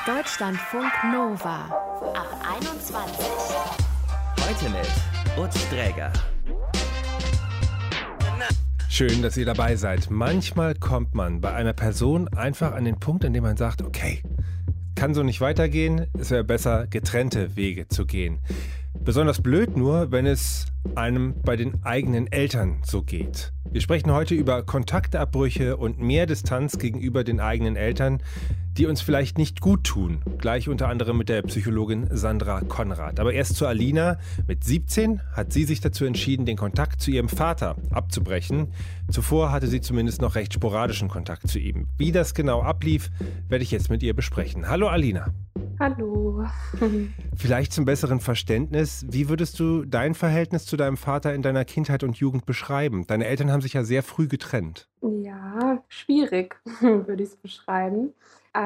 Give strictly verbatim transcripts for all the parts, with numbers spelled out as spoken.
Deutschlandfunk Nova ab einundzwanzig. Heute mit Utz Dräger. Schön, dass ihr dabei seid. Manchmal kommt man bei einer Person einfach an den Punkt, an dem man sagt, okay, kann so nicht weitergehen, es wäre besser, getrennte Wege zu gehen. Besonders blöd nur, wenn es einem bei den eigenen Eltern so geht. Wir sprechen heute über Kontaktabbrüche und mehr Distanz gegenüber den eigenen Eltern, die uns vielleicht nicht gut tun. Gleich unter anderem mit der Psychologin Sandra Konrad. Aber erst zu Alina. Mit siebzehn hat sie sich dazu entschieden, den Kontakt zu ihrem Vater abzubrechen. Zuvor hatte sie zumindest noch recht sporadischen Kontakt zu ihm. Wie das genau ablief, werde ich jetzt mit ihr besprechen. Hallo Alina. Hallo. Vielleicht zum besseren Verständnis, wie würdest du dein Verhältnis zu deinem Vater in deiner Kindheit und Jugend beschreiben? Deine Eltern haben sich ja sehr früh getrennt. Ja, schwierig, würde ich es beschreiben.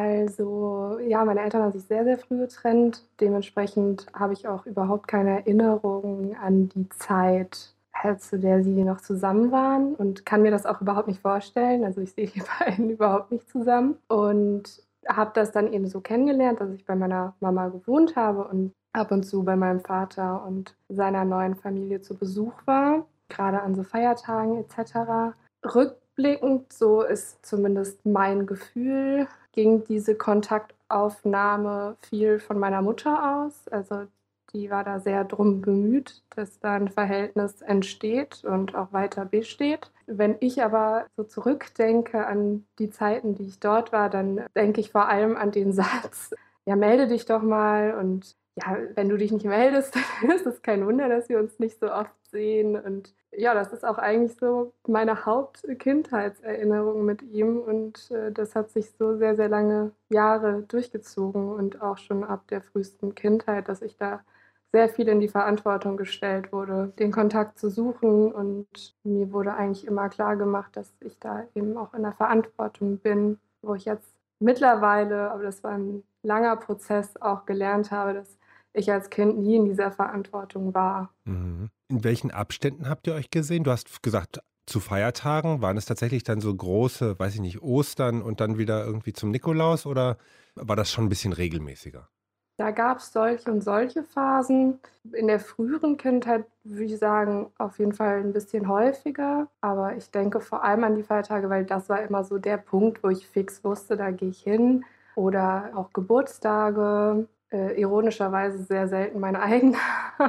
Also, ja, meine Eltern haben sich sehr, sehr früh getrennt. Dementsprechend habe ich auch überhaupt keine Erinnerung an die Zeit, zu der sie noch zusammen waren und kann mir das auch überhaupt nicht vorstellen. Also ich sehe die beiden überhaupt nicht zusammen und habe das dann eben so kennengelernt, dass ich bei meiner Mama gewohnt habe und ab und zu bei meinem Vater und seiner neuen Familie zu Besuch war, gerade an so Feiertagen et cetera. Rückblickend, so ist zumindest mein Gefühl, ging diese Kontaktaufnahme viel von meiner Mutter aus. Also die war da sehr drum bemüht, dass da ein Verhältnis entsteht und auch weiter besteht. Wenn ich aber so zurückdenke an die Zeiten, die ich dort war, dann denke ich vor allem an den Satz, ja, melde dich doch mal und ja, wenn du dich nicht meldest, dann ist es kein Wunder, dass wir uns nicht so oft sehen. Und ja, das ist auch eigentlich so meine Hauptkindheitserinnerung mit ihm und äh, das hat sich so sehr, sehr lange Jahre durchgezogen und auch schon ab der frühesten Kindheit, dass ich da sehr viel in die Verantwortung gestellt wurde, den Kontakt zu suchen und mir wurde eigentlich immer klar gemacht, dass ich da eben auch in der Verantwortung bin, wo ich jetzt mittlerweile, aber das war ein langer Prozess, auch gelernt habe, dass ich als Kind nie in dieser Verantwortung war. Mhm. In welchen Abständen habt ihr euch gesehen? Du hast gesagt, zu Feiertagen, waren es tatsächlich dann so große, weiß ich nicht, Ostern und dann wieder irgendwie zum Nikolaus oder war das schon ein bisschen regelmäßiger? Da gab es solche und solche Phasen. In der früheren Kindheit würde ich sagen, auf jeden Fall ein bisschen häufiger. Aber ich denke vor allem an die Feiertage, weil das war immer so der Punkt, wo ich fix wusste, da gehe ich hin. Oder auch Geburtstage, äh, ironischerweise sehr selten mein eigener.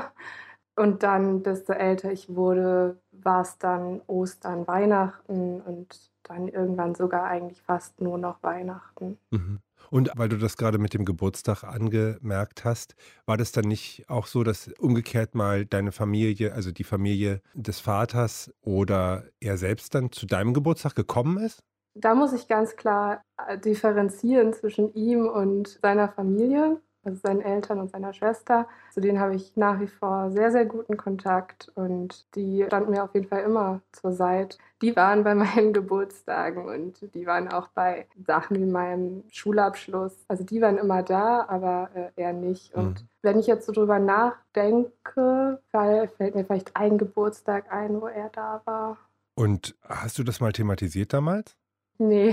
Und dann, desto älter ich wurde, war es dann Ostern, Weihnachten und dann irgendwann sogar eigentlich fast nur noch Weihnachten. Mhm. Und weil du das gerade mit dem Geburtstag angemerkt hast, war das dann nicht auch so, dass umgekehrt mal deine Familie, also die Familie des Vaters oder er selbst dann zu deinem Geburtstag gekommen ist? Da muss ich ganz klar äh, differenzieren zwischen ihm und seiner Familie, also seinen Eltern und seiner Schwester. Zu denen habe ich nach wie vor sehr, sehr guten Kontakt und die standen mir auf jeden Fall immer zur Seite. Die waren bei meinen Geburtstagen und die waren auch bei Sachen wie meinem Schulabschluss. Also die waren immer da, aber äh, er nicht. Und Mhm. wenn ich jetzt so drüber nachdenke, weil, fällt mir vielleicht ein Geburtstag ein, wo er da war. Und hast du das mal thematisiert damals? Nee,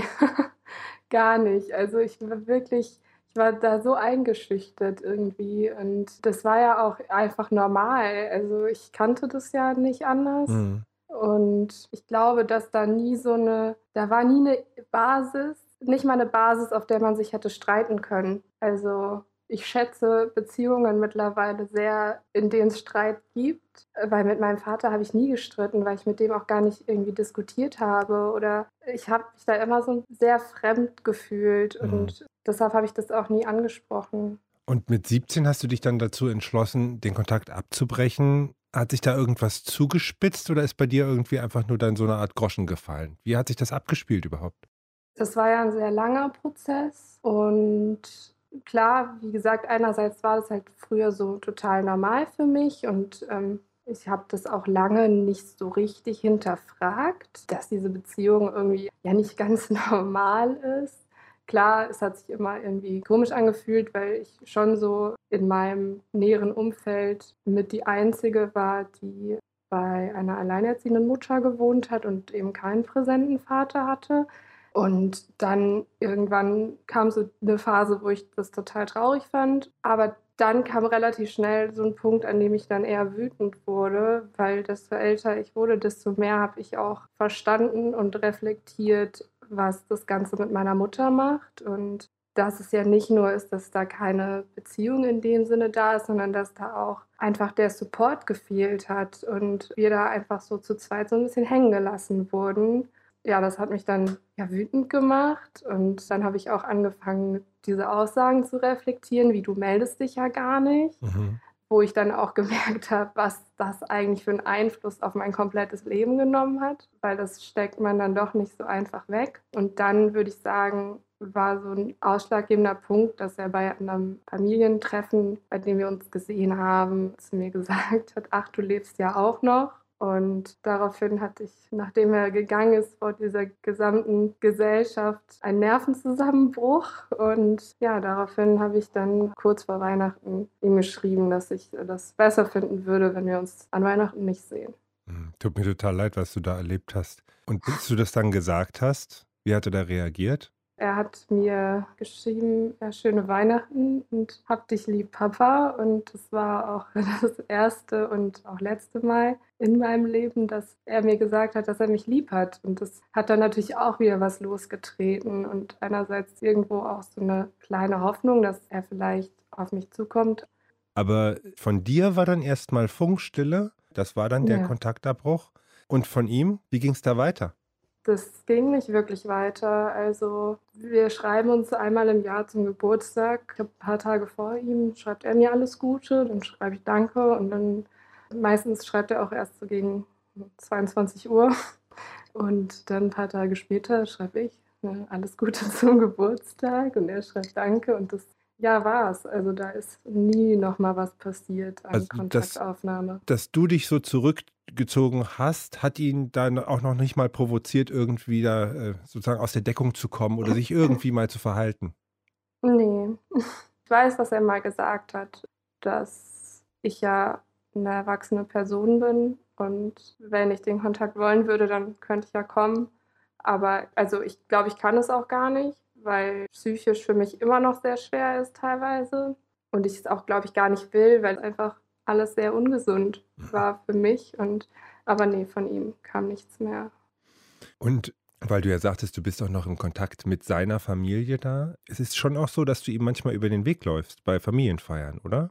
gar nicht. Also ich war wirklich, ich war da so eingeschüchtert irgendwie und das war ja auch einfach normal. Also ich kannte das ja nicht anders Mhm. und ich glaube, dass da nie so eine, da war nie eine Basis, nicht mal eine Basis, auf der man sich hätte streiten können. Also ich schätze Beziehungen mittlerweile sehr, in denen es Streit gibt, weil mit meinem Vater habe ich nie gestritten, weil ich mit dem auch gar nicht irgendwie diskutiert habe oder ich habe mich da immer so sehr fremd gefühlt Mhm. und deshalb habe ich das auch nie angesprochen. Und mit siebzehn hast du dich dann dazu entschlossen, den Kontakt abzubrechen. Hat sich da irgendwas zugespitzt oder ist bei dir irgendwie einfach nur dann so eine Art Groschen gefallen? Wie hat sich das abgespielt überhaupt? Das war ja ein sehr langer Prozess und klar, wie gesagt, einerseits war das halt früher so total normal für mich und ähm, ich habe das auch lange nicht so richtig hinterfragt, dass diese Beziehung irgendwie ja nicht ganz normal ist. Klar, es hat sich immer irgendwie komisch angefühlt, weil ich schon so in meinem näheren Umfeld mit die Einzige war, die bei einer alleinerziehenden Mutter gewohnt hat und eben keinen präsenten Vater hatte. Und dann irgendwann kam so eine Phase, wo ich das total traurig fand. Aber dann kam relativ schnell so ein Punkt, an dem ich dann eher wütend wurde, weil desto älter ich wurde, desto mehr habe ich auch verstanden und reflektiert, was das Ganze mit meiner Mutter macht. Und dass es ja nicht nur ist, dass da keine Beziehung in dem Sinne da ist, sondern dass da auch einfach der Support gefehlt hat und wir da einfach so zu zweit so ein bisschen hängen gelassen wurden. Ja, das hat mich dann ja wütend gemacht und dann habe ich auch angefangen, diese Aussagen zu reflektieren, wie du meldest dich ja gar nicht, Mhm. wo ich dann auch gemerkt habe, was das eigentlich für einen Einfluss auf mein komplettes Leben genommen hat, weil das steckt man dann doch nicht so einfach weg. Und dann würde ich sagen, war so ein ausschlaggebender Punkt, dass er bei einem Familientreffen, bei dem wir uns gesehen haben, zu mir gesagt hat, ach, du lebst ja auch noch. Und daraufhin hatte ich, nachdem er gegangen ist, vor dieser gesamten Gesellschaft einen Nervenzusammenbruch. Und ja, daraufhin habe ich dann kurz vor Weihnachten ihm geschrieben, dass ich das besser finden würde, wenn wir uns an Weihnachten nicht sehen. Hm, Tut mir total leid, was du da erlebt hast. Und bis du das dann gesagt hast, wie hat er da reagiert? Er hat mir geschrieben, ja, schöne Weihnachten und hab dich lieb, Papa. Und das war auch das erste und auch letzte Mal in meinem Leben, dass er mir gesagt hat, dass er mich lieb hat. Und das hat dann natürlich auch wieder was losgetreten und einerseits irgendwo auch so eine kleine Hoffnung, dass er vielleicht auf mich zukommt. Aber von dir war dann erstmal Funkstille, das war dann der Ja. Kontaktabbruch. Und von ihm, wie ging es da weiter? Das ging nicht wirklich weiter. Also wir schreiben uns einmal im Jahr zum Geburtstag. Ich habe ein paar Tage vor ihm, schreibt er mir alles Gute, dann schreibe ich Danke und dann meistens schreibt er auch erst so gegen zweiundzwanzig Uhr und dann ein paar Tage später schreibe ich ne, alles Gute zum Geburtstag und er schreibt Danke und das ja war's. Also da ist nie nochmal was passiert an Also das, Kontaktaufnahme. dass du dich so zurückgezogen hast, hat ihn dann auch noch nicht mal provoziert, irgendwie da äh, sozusagen aus der Deckung zu kommen oder sich irgendwie mal zu verhalten. Nee. Ich weiß, dass er mal gesagt hat, dass ich ja eine erwachsene Person bin und wenn ich den Kontakt wollen würde, dann könnte ich ja kommen. Aber also ich glaube, ich kann es auch gar nicht, weil psychisch für mich immer noch sehr schwer ist teilweise und ich es auch, glaube ich, gar nicht will, weil einfach alles sehr ungesund war für mich und aber nee, von ihm kam nichts mehr. Und weil du ja sagtest, du bist auch noch im Kontakt mit seiner Familie da, es ist schon auch so, dass du ihm manchmal über den Weg läufst bei Familienfeiern, oder?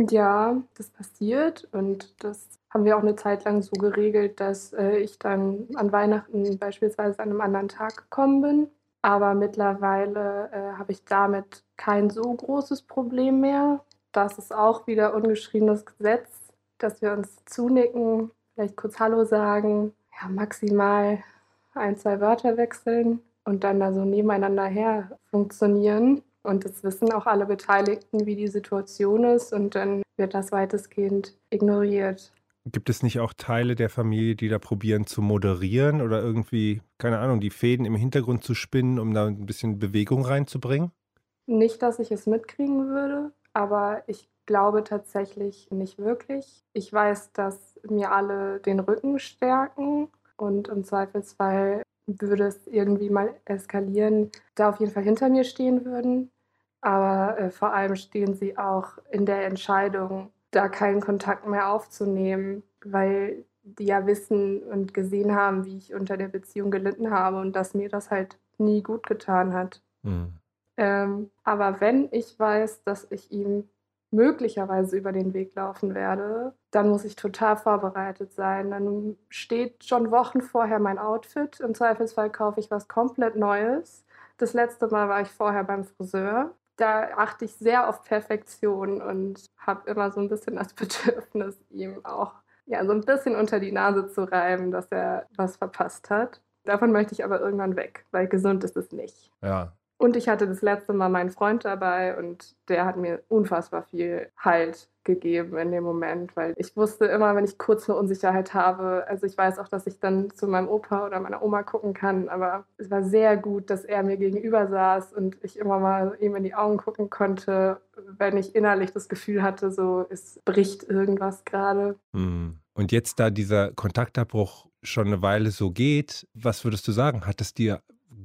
Ja, das passiert und das haben wir auch eine Zeit lang so geregelt, dass äh, ich dann an Weihnachten beispielsweise an einem anderen Tag gekommen bin. Aber mittlerweile äh, habe ich damit kein so großes Problem mehr. Das ist auch wieder ungeschriebenes Gesetz, dass wir uns zunicken, vielleicht kurz Hallo sagen, ja, maximal ein, zwei Wörter wechseln und dann da so nebeneinander her funktionieren. Und das wissen auch alle Beteiligten, wie die Situation ist. Und dann wird das weitestgehend ignoriert. Gibt es nicht auch Teile der Familie, die da probieren zu moderieren oder irgendwie, keine Ahnung, die Fäden im Hintergrund zu spinnen, um da ein bisschen Bewegung reinzubringen? Nicht, dass ich es mitkriegen würde, aber ich glaube tatsächlich nicht wirklich. Ich weiß, dass mir alle den Rücken stärken und im Zweifelsfall würde es irgendwie mal eskalieren, da auf jeden Fall hinter mir stehen würden. Aber äh, vor allem stehen sie auch in der Entscheidung, da keinen Kontakt mehr aufzunehmen, weil die ja wissen und gesehen haben, wie ich unter der Beziehung gelitten habe und dass mir das halt nie gut getan hat. Hm. Ähm, aber wenn ich weiß, dass ich ihm möglicherweise über den Weg laufen werde, dann muss ich total vorbereitet sein. Dann steht schon Wochen vorher mein Outfit. Im Zweifelsfall kaufe ich was komplett Neues. Das letzte Mal war ich vorher beim Friseur. Da achte ich sehr auf Perfektion und habe immer so ein bisschen das Bedürfnis, ihm auch ja, so ein bisschen unter die Nase zu reiben, dass er was verpasst hat. Davon möchte ich aber irgendwann weg, weil gesund ist es nicht. Ja. Und ich hatte das letzte Mal meinen Freund dabei und der hat mir unfassbar viel Halt gegeben in dem Moment, weil ich wusste immer, wenn ich kurz eine Unsicherheit habe, also ich weiß auch, dass ich dann zu meinem Opa oder meiner Oma gucken kann, aber es war sehr gut, dass er mir gegenüber saß und ich immer mal ihm in die Augen gucken konnte, wenn ich innerlich das Gefühl hatte, so es bricht irgendwas gerade. Hm. Und jetzt, da dieser Kontaktabbruch schon eine Weile so geht, was würdest du sagen? Hat es dir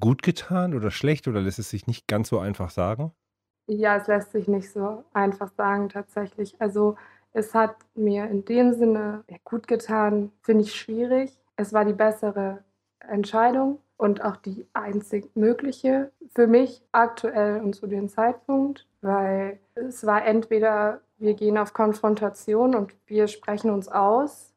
gut getan oder schlecht oder lässt es sich nicht ganz so einfach sagen? Ja, es lässt sich nicht so einfach sagen tatsächlich. Also, es hat mir in dem Sinne ja, gut getan, finde ich schwierig. Es war die bessere Entscheidung und auch die einzig mögliche für mich aktuell und zu dem Zeitpunkt, weil es war entweder wir gehen auf Konfrontation und wir sprechen uns aus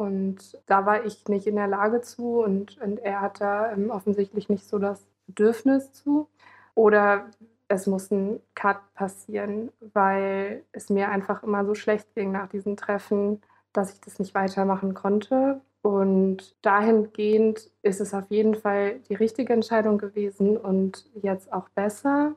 und da war ich nicht in der Lage zu und, und er hat da ähm, offensichtlich nicht so das Bedürfnis zu. Oder es muss ein Cut passieren, weil es mir einfach immer so schlecht ging nach diesen Treffen, dass ich das nicht weitermachen konnte. Und dahingehend ist es auf jeden Fall die richtige Entscheidung gewesen und jetzt auch besser.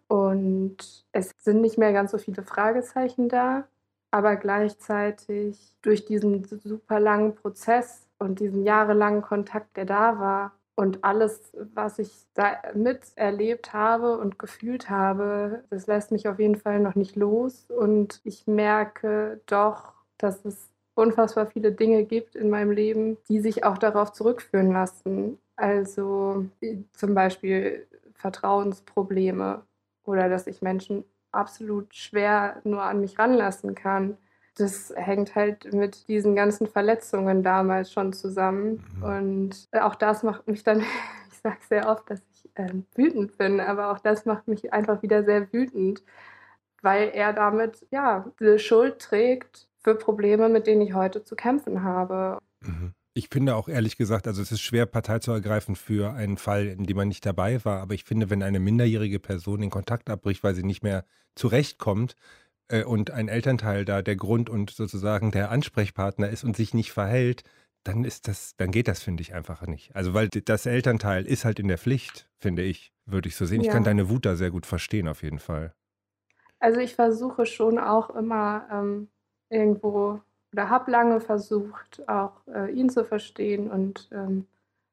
Und es sind nicht mehr ganz so viele Fragezeichen da, aber gleichzeitig durch diesen super langen Prozess und diesen jahrelangen Kontakt, der da war, und alles, was ich da miterlebt habe und gefühlt habe, das lässt mich auf jeden Fall noch nicht los. Und ich merke doch, dass es unfassbar viele Dinge gibt in meinem Leben, die sich auch darauf zurückführen lassen. Also zum Beispiel Vertrauensprobleme oder dass ich Menschen absolut schwer nur an mich ranlassen kann. Das hängt halt mit diesen ganzen Verletzungen damals schon zusammen. Und auch das macht mich dann, ich sage sehr oft, dass ich äh, wütend bin, aber auch das macht mich einfach wieder sehr wütend, weil er damit ja diese Schuld trägt für Probleme, mit denen ich heute zu kämpfen habe. Ich finde auch ehrlich gesagt, also es ist schwer, Partei zu ergreifen für einen Fall, in dem man nicht dabei war. Aber ich finde, wenn eine minderjährige Person den Kontakt abbricht, weil sie nicht mehr zurechtkommt, und ein Elternteil da der Grund und sozusagen der Ansprechpartner ist und sich nicht verhält, dann ist das, dann geht das, finde ich, einfach nicht. Also weil das Elternteil ist halt in der Pflicht, finde ich, würde ich so sehen. Ich Ja. kann deine Wut da sehr gut verstehen, auf jeden Fall. Also ich versuche schon auch immer ähm, irgendwo oder habe lange versucht, auch äh, ihn zu verstehen und ähm,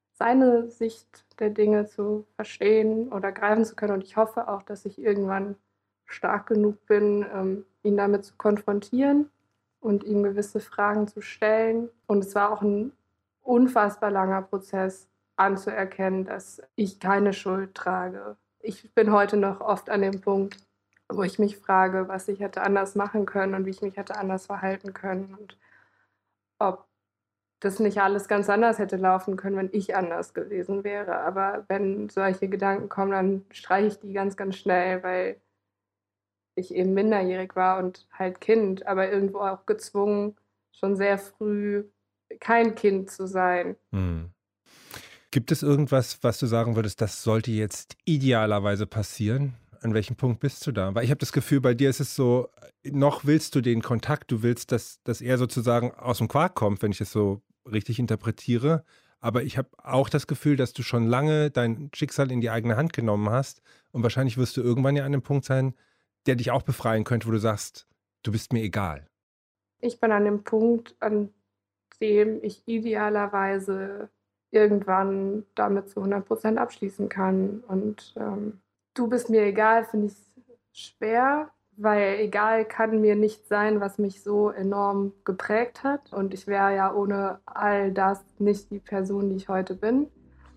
seine Sicht der Dinge zu verstehen oder greifen zu können. Und ich hoffe auch, dass ich irgendwann stark genug bin, ähm, ihn damit zu konfrontieren und ihm gewisse Fragen zu stellen. Und es war auch ein unfassbar langer Prozess, anzuerkennen, dass ich keine Schuld trage. Ich bin heute noch oft an dem Punkt, wo ich mich frage, was ich hätte anders machen können und wie ich mich hätte anders verhalten können und ob das nicht alles ganz anders hätte laufen können, wenn ich anders gewesen wäre. Aber wenn solche Gedanken kommen, dann streiche ich die ganz, ganz schnell, weil ich eben minderjährig war und halt Kind, aber irgendwo auch gezwungen, schon sehr früh kein Kind zu sein. Hm. Gibt es irgendwas, was du sagen würdest, das sollte jetzt idealerweise passieren? An welchem Punkt bist du da? Weil ich habe das Gefühl, bei dir ist es so, noch willst du den Kontakt, du willst, dass, dass er sozusagen aus dem Quark kommt, wenn ich es so richtig interpretiere. Aber ich habe auch das Gefühl, dass du schon lange dein Schicksal in die eigene Hand genommen hast und wahrscheinlich wirst du irgendwann ja an einem Punkt sein, der dich auch befreien könnte, wo du sagst, du bist mir egal. Ich bin an dem Punkt, an dem ich idealerweise irgendwann damit zu hundert Prozent abschließen kann. Und ähm, du bist mir egal, finde ich schwer, weil egal kann mir nicht sein, was mich so enorm geprägt hat. Und ich wäre ja ohne all das nicht die Person, die ich heute bin.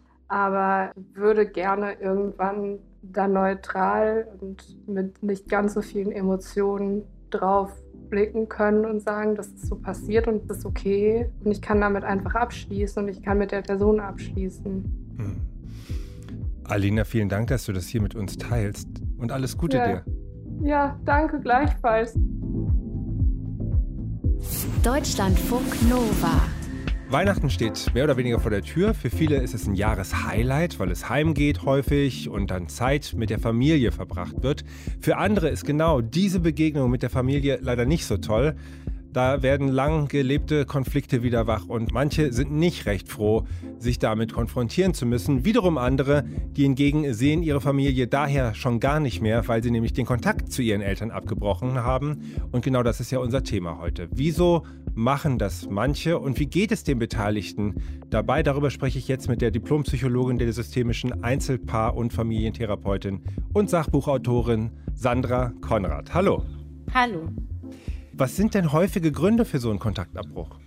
Aber würde gerne irgendwann da neutral und mit nicht ganz so vielen Emotionen drauf blicken können und sagen, das ist so passiert und das ist okay. Und ich kann damit einfach abschließen und ich kann mit der Person abschließen. Hm. Alina, vielen Dank, dass du das hier mit uns teilst und alles Gute Ja. dir. Ja, danke gleichfalls. Deutschlandfunk Nova. Weihnachten steht mehr oder weniger vor der Tür. Für viele ist es ein Jahreshighlight, weil es heimgeht häufig und dann Zeit mit der Familie verbracht wird. Für andere ist genau diese Begegnung mit der Familie leider nicht so toll. Da werden lang gelebte Konflikte wieder wach und manche sind nicht recht froh, sich damit konfrontieren zu müssen. Wiederum andere, die hingegen sehen ihre Familie daher schon gar nicht mehr, weil sie nämlich den Kontakt zu ihren Eltern abgebrochen haben. Und genau das ist ja unser Thema heute. Wieso machen das manche und wie geht es den Beteiligten dabei? Darüber spreche ich jetzt mit der Diplompsychologin der systemischen Einzelpaar- und Familientherapeutin und Sachbuchautorin Sandra Konrad. Hallo. Hallo. Was sind denn häufige Gründe für so einen Kontaktabbruch?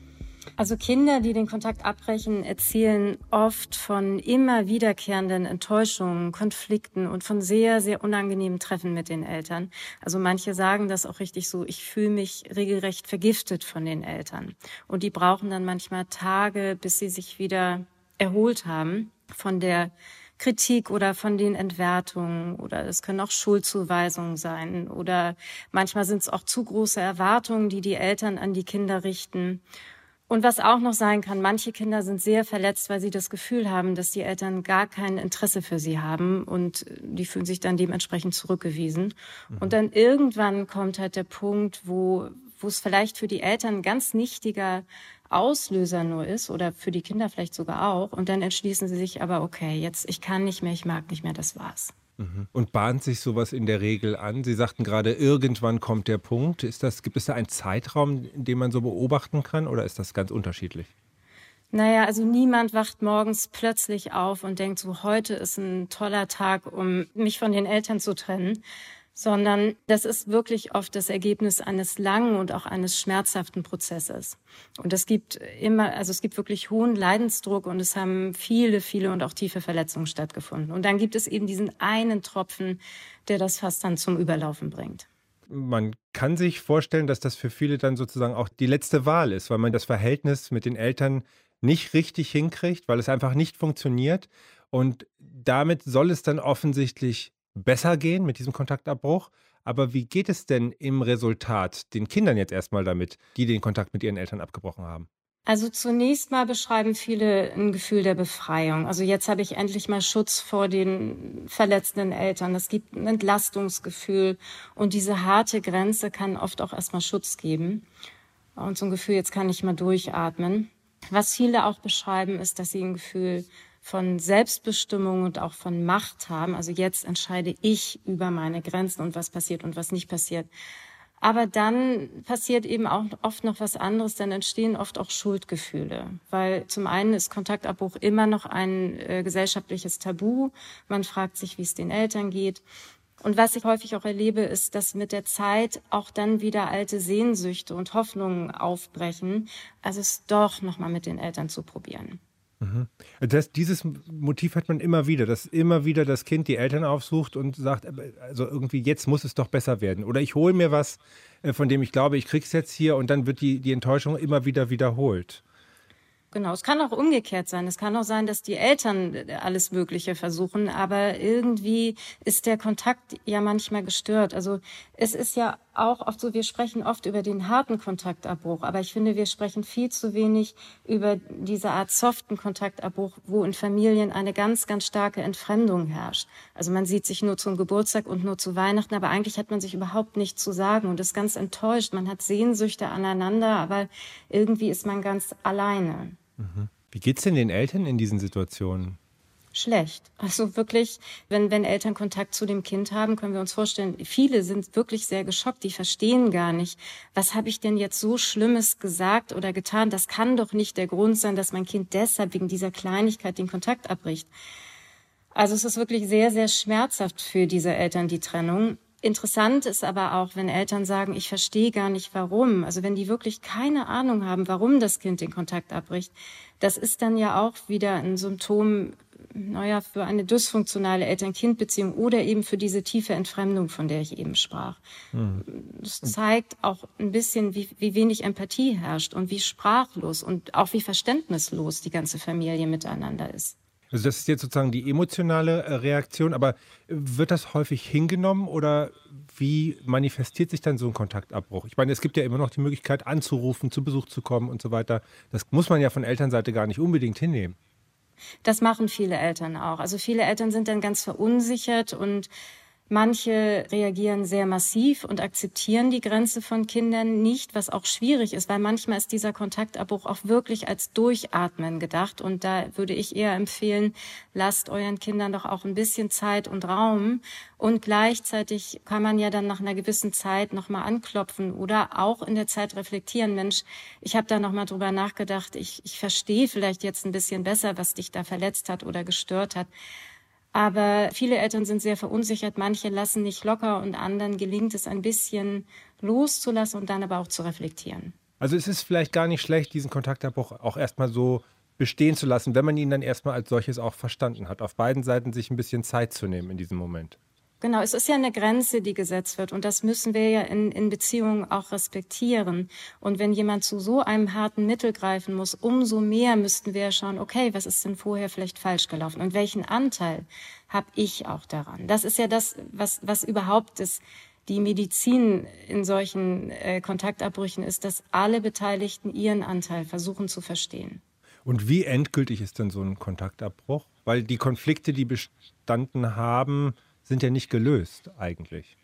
Also Kinder, die den Kontakt abbrechen, erzählen oft von immer wiederkehrenden Enttäuschungen, Konflikten und von sehr, sehr unangenehmen Treffen mit den Eltern. Also manche sagen das auch richtig so, ich fühle mich regelrecht vergiftet von den Eltern. Und die brauchen dann manchmal Tage, bis sie sich wieder erholt haben von der Kritik oder von den Entwertungen, oder es können auch Schuldzuweisungen sein, oder manchmal sind es auch zu große Erwartungen, die die Eltern an die Kinder richten. Und was auch noch sein kann, manche Kinder sind sehr verletzt, weil sie das Gefühl haben, dass die Eltern gar kein Interesse für sie haben, und die fühlen sich dann dementsprechend zurückgewiesen. Mhm. Und dann irgendwann kommt halt der Punkt, wo, wo es vielleicht für die Eltern ein ganz nichtiger Auslöser nur ist, oder für die Kinder vielleicht sogar auch. Und dann entschließen sie sich aber, okay, jetzt, ich kann nicht mehr, ich mag nicht mehr, das war's. Und bahnt sich sowas in der Regel an? Sie sagten gerade, irgendwann kommt der Punkt. Ist das, gibt es da einen Zeitraum, in dem man so beobachten kann, oder ist das ganz unterschiedlich? Naja, also niemand wacht morgens plötzlich auf und denkt so, heute ist ein toller Tag, um mich von den Eltern zu trennen, sondern das ist wirklich oft das Ergebnis eines langen und auch eines schmerzhaften Prozesses. Und es gibt immer, also es gibt wirklich hohen Leidensdruck, und es haben viele, viele und auch tiefe Verletzungen stattgefunden. Und dann gibt es eben diesen einen Tropfen, der das Fass dann zum Überlaufen bringt. Man kann sich vorstellen, dass das für viele dann sozusagen auch die letzte Wahl ist, weil man das Verhältnis mit den Eltern nicht richtig hinkriegt, weil es einfach nicht funktioniert. Und damit soll es dann offensichtlich besser gehen mit diesem Kontaktabbruch. Aber wie geht es denn im Resultat den Kindern jetzt erstmal damit, die den Kontakt mit ihren Eltern abgebrochen haben? Also zunächst mal beschreiben viele ein Gefühl der Befreiung. Also jetzt habe ich endlich mal Schutz vor den verletzenden Eltern. Es gibt ein Entlastungsgefühl, und diese harte Grenze kann oft auch erstmal Schutz geben. Und so ein Gefühl, jetzt kann ich mal durchatmen. Was viele auch beschreiben, ist, dass sie ein Gefühl von Selbstbestimmung und auch von Macht haben. Also jetzt entscheide ich über meine Grenzen und was passiert und was nicht passiert. Aber dann passiert eben auch oft noch was anderes, dann entstehen oft auch Schuldgefühle. Weil zum einen ist Kontaktabbruch immer noch ein äh, gesellschaftliches Tabu. Man fragt sich, wie es den Eltern geht. Und was ich häufig auch erlebe, ist, dass mit der Zeit auch dann wieder alte Sehnsüchte und Hoffnungen aufbrechen, also es doch nochmal mit den Eltern zu probieren. Mhm. Das, dieses Motiv hat man immer wieder, dass immer wieder das Kind die Eltern aufsucht und sagt, also irgendwie jetzt muss es doch besser werden. Oder ich hole mir was, von dem ich glaube, ich krieg's jetzt hier, und dann wird die, die Enttäuschung immer wieder wiederholt. Genau, es kann auch umgekehrt sein. Es kann auch sein, dass die Eltern alles Mögliche versuchen, aber irgendwie ist der Kontakt ja manchmal gestört. Also es ist ja auch oft so, wir sprechen oft über den harten Kontaktabbruch, aber ich finde, wir sprechen viel zu wenig über diese Art soften Kontaktabbruch, wo in Familien eine ganz, ganz starke Entfremdung herrscht. Also man sieht sich nur zum Geburtstag und nur zu Weihnachten, aber eigentlich hat man sich überhaupt nichts zu sagen und ist ganz enttäuscht. Man hat Sehnsüchte aneinander, aber irgendwie ist man ganz alleine. Wie geht's denn den Eltern in diesen Situationen? Schlecht. Also wirklich, wenn, wenn Eltern Kontakt zu dem Kind haben, können wir uns vorstellen, viele sind wirklich sehr geschockt, die verstehen gar nicht, was habe ich denn jetzt so Schlimmes gesagt oder getan? Das kann doch nicht der Grund sein, dass mein Kind deshalb wegen dieser Kleinigkeit den Kontakt abbricht. Also es ist wirklich sehr, sehr schmerzhaft für diese Eltern, die Trennung. Interessant ist aber auch, wenn Eltern sagen, ich verstehe gar nicht, warum. Also wenn die wirklich keine Ahnung haben, warum das Kind den Kontakt abbricht, das ist dann ja auch wieder ein Symptom, naja, für eine dysfunktionale Eltern-Kind-Beziehung oder eben für diese tiefe Entfremdung, von der ich eben sprach. Hm. Das zeigt auch ein bisschen, wie, wie wenig Empathie herrscht und wie sprachlos und auch wie verständnislos die ganze Familie miteinander ist. Also das ist jetzt sozusagen die emotionale Reaktion, aber wird das häufig hingenommen oder wie manifestiert sich dann so ein Kontaktabbruch? Ich meine, es gibt ja immer noch die Möglichkeit anzurufen, zu Besuch zu kommen und so weiter. Das muss man ja von Elternseite gar nicht unbedingt hinnehmen. Das machen viele Eltern auch. Also viele Eltern sind dann ganz verunsichert und manche reagieren sehr massiv und akzeptieren die Grenze von Kindern nicht, was auch schwierig ist, weil manchmal ist dieser Kontaktabbruch auch wirklich als Durchatmen gedacht. Und da würde ich eher empfehlen, lasst euren Kindern doch auch ein bisschen Zeit und Raum. Und gleichzeitig kann man ja dann nach einer gewissen Zeit nochmal anklopfen oder auch in der Zeit reflektieren. Mensch, ich habe da nochmal drüber nachgedacht, ich, ich verstehe vielleicht jetzt ein bisschen besser, was dich da verletzt hat oder gestört hat. Aber viele Eltern sind sehr verunsichert, manche lassen nicht locker und anderen gelingt es ein bisschen loszulassen und dann aber auch zu reflektieren. Also es ist vielleicht gar nicht schlecht, diesen Kontaktabbruch auch erstmal so bestehen zu lassen, wenn man ihn dann erstmal als solches auch verstanden hat. Auf beiden Seiten sich ein bisschen Zeit zu nehmen in diesem Moment. Genau, es ist ja eine Grenze, die gesetzt wird und das müssen wir ja in, in Beziehungen auch respektieren. Und wenn jemand zu so einem harten Mittel greifen muss, umso mehr müssten wir ja schauen, okay, was ist denn vorher vielleicht falsch gelaufen und welchen Anteil habe ich auch daran? Das ist ja das, was, was überhaupt ist. Die Medizin in solchen äh, Kontaktabbrüchen ist, dass alle Beteiligten ihren Anteil versuchen zu verstehen. Und wie endgültig ist denn so ein Kontaktabbruch? Weil die Konflikte, die bestanden haben, sind ja nicht gelöst eigentlich.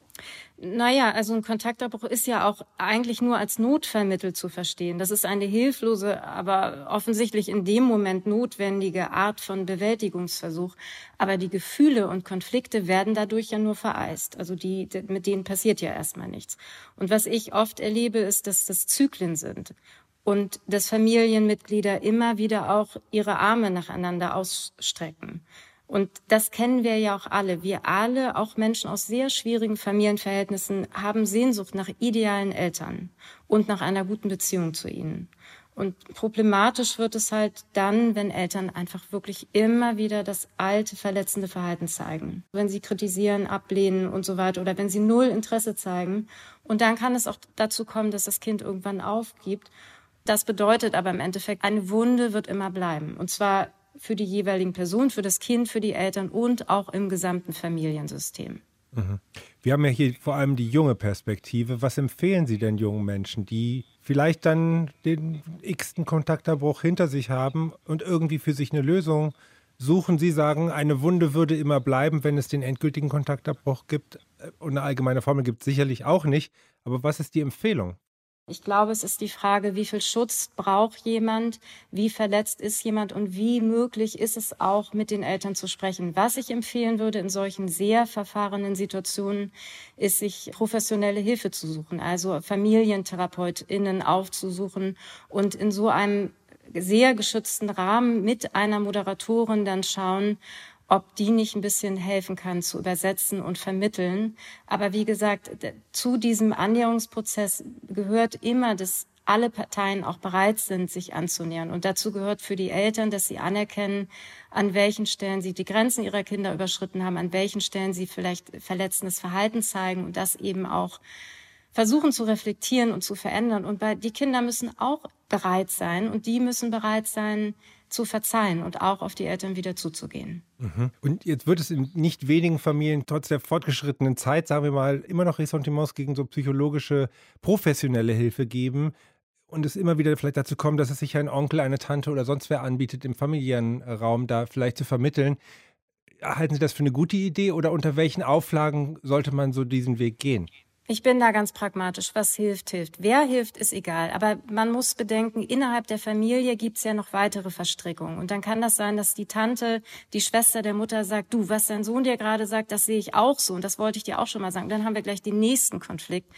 Naja, also ein Kontaktabbruch ist ja auch eigentlich nur als Notfallmittel zu verstehen. Das ist eine hilflose, aber offensichtlich in dem Moment notwendige Art von Bewältigungsversuch. Aber die Gefühle und Konflikte werden dadurch ja nur vereist. Also die, mit denen passiert ja erstmal nichts. Und was ich oft erlebe, ist, dass das Zyklen sind. Und dass Familienmitglieder immer wieder auch ihre Arme nacheinander ausstrecken. Und das kennen wir ja auch alle. Wir alle, auch Menschen aus sehr schwierigen Familienverhältnissen, haben Sehnsucht nach idealen Eltern und nach einer guten Beziehung zu ihnen. Und problematisch wird es halt dann, wenn Eltern einfach wirklich immer wieder das alte, verletzende Verhalten zeigen. Wenn sie kritisieren, ablehnen und so weiter oder wenn sie null Interesse zeigen. Und dann kann es auch dazu kommen, dass das Kind irgendwann aufgibt. Das bedeutet aber im Endeffekt, eine Wunde wird immer bleiben. Und zwar für die jeweiligen Personen, für das Kind, für die Eltern und auch im gesamten Familiensystem. Mhm. Wir haben ja hier vor allem die junge Perspektive. Was empfehlen Sie denn jungen Menschen, die vielleicht dann den x-ten Kontaktabbruch hinter sich haben und irgendwie für sich eine Lösung suchen? Sie sagen, eine Wunde würde immer bleiben, wenn es den endgültigen Kontaktabbruch gibt. Und eine allgemeine Formel gibt es sicherlich auch nicht. Aber was ist die Empfehlung? Ich glaube, es ist die Frage, wie viel Schutz braucht jemand, wie verletzt ist jemand und wie möglich ist es auch, mit den Eltern zu sprechen. Was ich empfehlen würde in solchen sehr verfahrenen Situationen, ist, sich professionelle Hilfe zu suchen, also FamilientherapeutInnen aufzusuchen und in so einem sehr geschützten Rahmen mit einer Moderatorin dann schauen, ob die nicht ein bisschen helfen kann zu übersetzen und vermitteln. Aber wie gesagt, zu diesem Annäherungsprozess gehört immer, dass alle Parteien auch bereit sind, sich anzunähern. Und dazu gehört für die Eltern, dass sie anerkennen, an welchen Stellen sie die Grenzen ihrer Kinder überschritten haben, an welchen Stellen sie vielleicht verletzendes Verhalten zeigen und das eben auch versuchen zu reflektieren und zu verändern. Und bei, die Kinder müssen auch bereit sein und die müssen bereit sein, zu verzeihen und auch auf die Eltern wieder zuzugehen. Mhm. Und jetzt wird es in nicht wenigen Familien trotz der fortgeschrittenen Zeit, sagen wir mal, immer noch Ressentiments gegen so psychologische, professionelle Hilfe geben und es immer wieder vielleicht dazu kommt, dass es sich ein Onkel, eine Tante oder sonst wer anbietet, im familiären Raum da vielleicht zu vermitteln. Halten Sie das für eine gute Idee oder unter welchen Auflagen sollte man so diesen Weg gehen? Ich bin da ganz pragmatisch. Was hilft, hilft. Wer hilft, ist egal. Aber man muss bedenken, innerhalb der Familie gibt's ja noch weitere Verstrickungen. Und dann kann das sein, dass die Tante, die Schwester der Mutter sagt, du, was dein Sohn dir gerade sagt, das sehe ich auch so. Und das wollte ich dir auch schon mal sagen. Und dann haben wir gleich den nächsten Konflikt.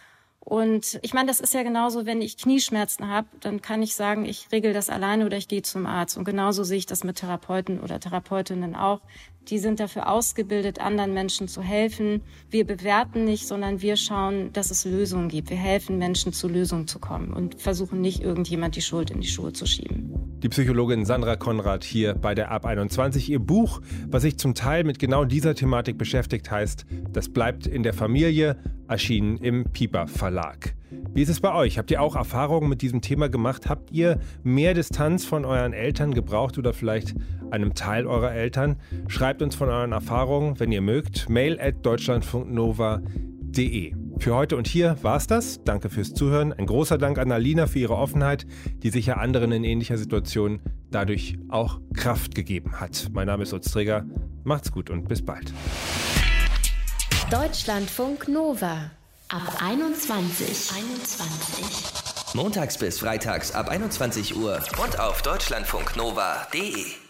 Und ich meine, das ist ja genauso, wenn ich Knieschmerzen habe, dann kann ich sagen, ich regel das alleine oder ich gehe zum Arzt. Und genauso sehe ich das mit Therapeuten oder Therapeutinnen auch. Die sind dafür ausgebildet, anderen Menschen zu helfen. Wir bewerten nicht, sondern wir schauen, dass es Lösungen gibt. Wir helfen Menschen, zu Lösungen zu kommen und versuchen nicht, irgendjemand die Schuld in die Schuhe zu schieben. Die Psychologin Sandra Konrad hier bei der Ab einundzwanzig. Ihr Buch, was sich zum Teil mit genau dieser Thematik beschäftigt, heißt Das bleibt in der Familie, erschienen im Piper Verlag. Wie ist es bei euch? Habt ihr auch Erfahrungen mit diesem Thema gemacht? Habt ihr mehr Distanz von euren Eltern gebraucht oder vielleicht einem Teil eurer Eltern? Schreibt uns von euren Erfahrungen, wenn ihr mögt. mail at deutschlandfunknova punkt de. Für heute und hier war's das. Danke fürs Zuhören. Ein großer Dank an Alina für ihre Offenheit, die sicher anderen in ähnlicher Situation dadurch auch Kraft gegeben hat. Mein Name ist Utz Träger. Macht's gut und bis bald. Deutschlandfunk Nova ab einundzwanzig. einundzwanzig. Montags bis freitags ab einundzwanzig Uhr und auf deutschlandfunknova punkt de.